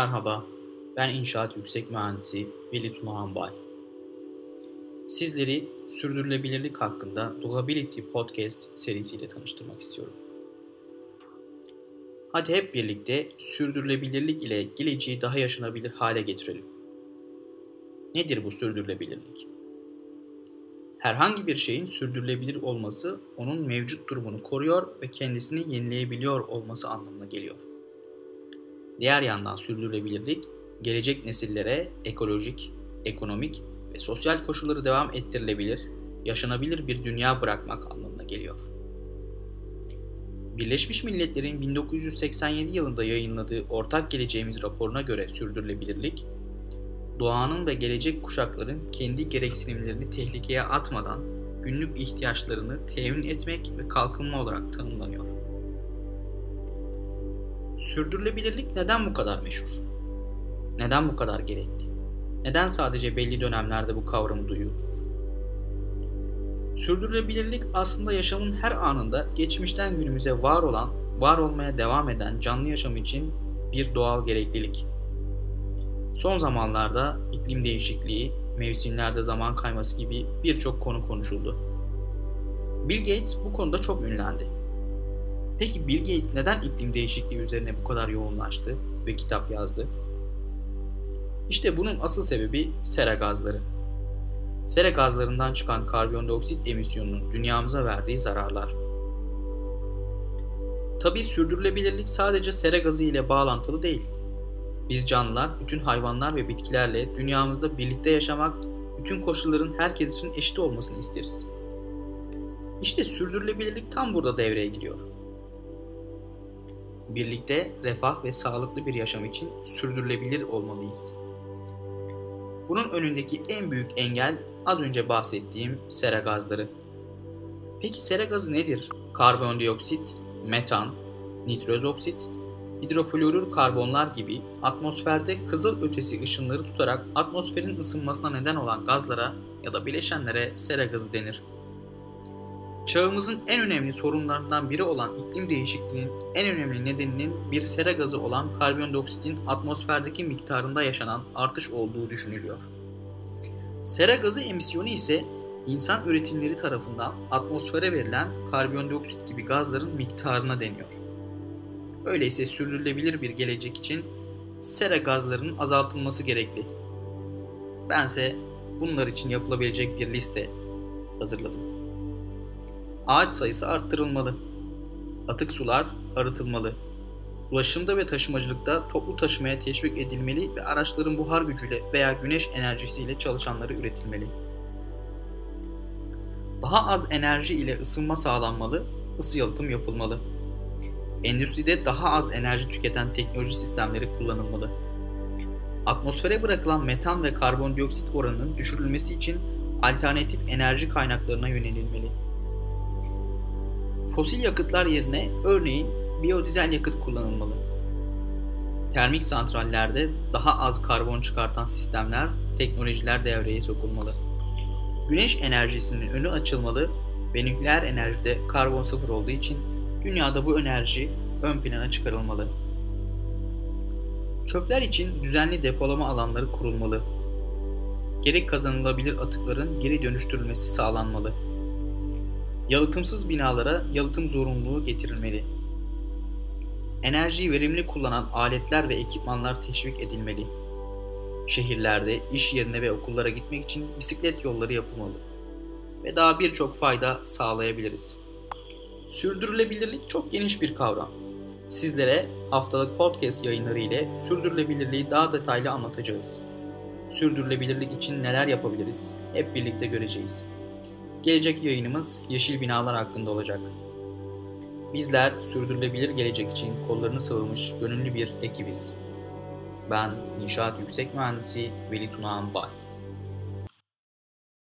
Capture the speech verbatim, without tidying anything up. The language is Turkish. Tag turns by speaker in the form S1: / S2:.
S1: Merhaba, ben İnşaat Yüksek Mühendisi Veli Tunahan Bay. Sizleri sürdürülebilirlik hakkında Durability Podcast serisiyle tanıştırmak istiyorum. Hadi hep birlikte sürdürülebilirlik ile geleceği daha yaşanabilir hale getirelim. Nedir bu sürdürülebilirlik? Herhangi bir şeyin sürdürülebilir olması, onun mevcut durumunu koruyor ve kendisini yenileyebiliyor olması anlamına geliyor. Diğer yandan sürdürülebilirlik, gelecek nesillere ekolojik, ekonomik ve sosyal koşulları devam ettirilebilir, yaşanabilir bir dünya bırakmak anlamına geliyor. Birleşmiş Milletler'in bin dokuz yüz seksen yedi yılında yayınladığı Ortak Geleceğimiz raporuna göre sürdürülebilirlik, doğanın ve gelecek kuşakların kendi gereksinimlerini tehlikeye atmadan günlük ihtiyaçlarını temin etmek ve kalkınma olarak tanımlanıyor. Sürdürülebilirlik neden bu kadar meşhur? Neden bu kadar gerekli? Neden sadece belli dönemlerde bu kavramı duyuyoruz? Sürdürülebilirlik aslında yaşamın her anında geçmişten günümüze var olan, var olmaya devam eden canlı yaşam için bir doğal gereklilik. Son zamanlarda iklim değişikliği, mevsimlerde zaman kayması gibi birçok konu konuşuldu. Bill Gates bu konuda çok ünlendi. Peki Bill Gates neden iklim değişikliği üzerine bu kadar yoğunlaştı ve kitap yazdı? İşte bunun asıl sebebi sera gazları. Sera gazlarından çıkan karbondioksit emisyonunun dünyamıza verdiği zararlar. Tabii sürdürülebilirlik sadece sera gazı ile bağlantılı değil. Biz canlılar, bütün hayvanlar ve bitkilerle dünyamızda birlikte yaşamak, bütün koşulların herkes için eşit olmasını isteriz. İşte sürdürülebilirlik tam burada devreye giriyor. Birlikte refah ve sağlıklı bir yaşam için sürdürülebilir olmalıyız. Bunun önündeki en büyük engel az önce bahsettiğim sera gazları. Peki sera gazı nedir? Karbondioksit, metan, nitroz oksit, hidrofluorür karbonlar gibi atmosferde kızıl ötesi ışınları tutarak atmosferin ısınmasına neden olan gazlara ya da bileşenlere sera gazı denir. Çağımızın en önemli sorunlarından biri olan iklim değişikliğinin en önemli nedeninin bir sera gazı olan karbondioksitin atmosferdeki miktarında yaşanan artış olduğu düşünülüyor. Sera gazı emisyonu ise insan üretimleri tarafından atmosfere verilen karbondioksit gibi gazların miktarına deniyor. Öyleyse sürdürülebilir bir gelecek için sera gazlarının azaltılması gerekli. Bense bunlar için yapılabilecek bir liste hazırladım. Ağaç sayısı arttırılmalı. Atık sular arıtılmalı. Ulaşımda ve taşımacılıkta toplu taşımaya teşvik edilmeli ve araçların buhar gücüyle veya güneş enerjisiyle çalışanları üretilmeli. Daha az enerji ile ısınma sağlanmalı, ısı yalıtım yapılmalı. Endüstride daha az enerji tüketen teknoloji sistemleri kullanılmalı. Atmosfere bırakılan metan ve karbondioksit oranının düşürülmesi için alternatif enerji kaynaklarına yönelilmeli. Fosil yakıtlar yerine örneğin biyodizel yakıt kullanılmalı. Termik santrallerde daha az karbon çıkartan sistemler, teknolojiler devreye sokulmalı. Güneş enerjisinin önü açılmalı ve nükleer enerjide karbon sıfır olduğu için dünyada bu enerji ön plana çıkarılmalı. Çöpler için düzenli depolama alanları kurulmalı. Gerek kazanılabilir atıkların geri dönüştürülmesi sağlanmalı. Yalıtımsız binalara yalıtım zorunluluğu getirilmeli. Enerjiyi verimli kullanan aletler ve ekipmanlar teşvik edilmeli. Şehirlerde, iş yerine ve okullara gitmek için bisiklet yolları yapılmalı. Ve daha birçok fayda sağlayabiliriz. Sürdürülebilirlik çok geniş bir kavram. Sizlere haftalık podcast yayınları ile sürdürülebilirliği daha detaylı anlatacağız. Sürdürülebilirlik için neler yapabiliriz? Hep birlikte göreceğiz. Gelecek yayınımız yeşil binalar hakkında olacak. Bizler sürdürülebilir gelecek için kollarını sıvamış gönüllü bir ekibiz. Ben İnşaat Yüksek Mühendisi Veli Tunahan Bay.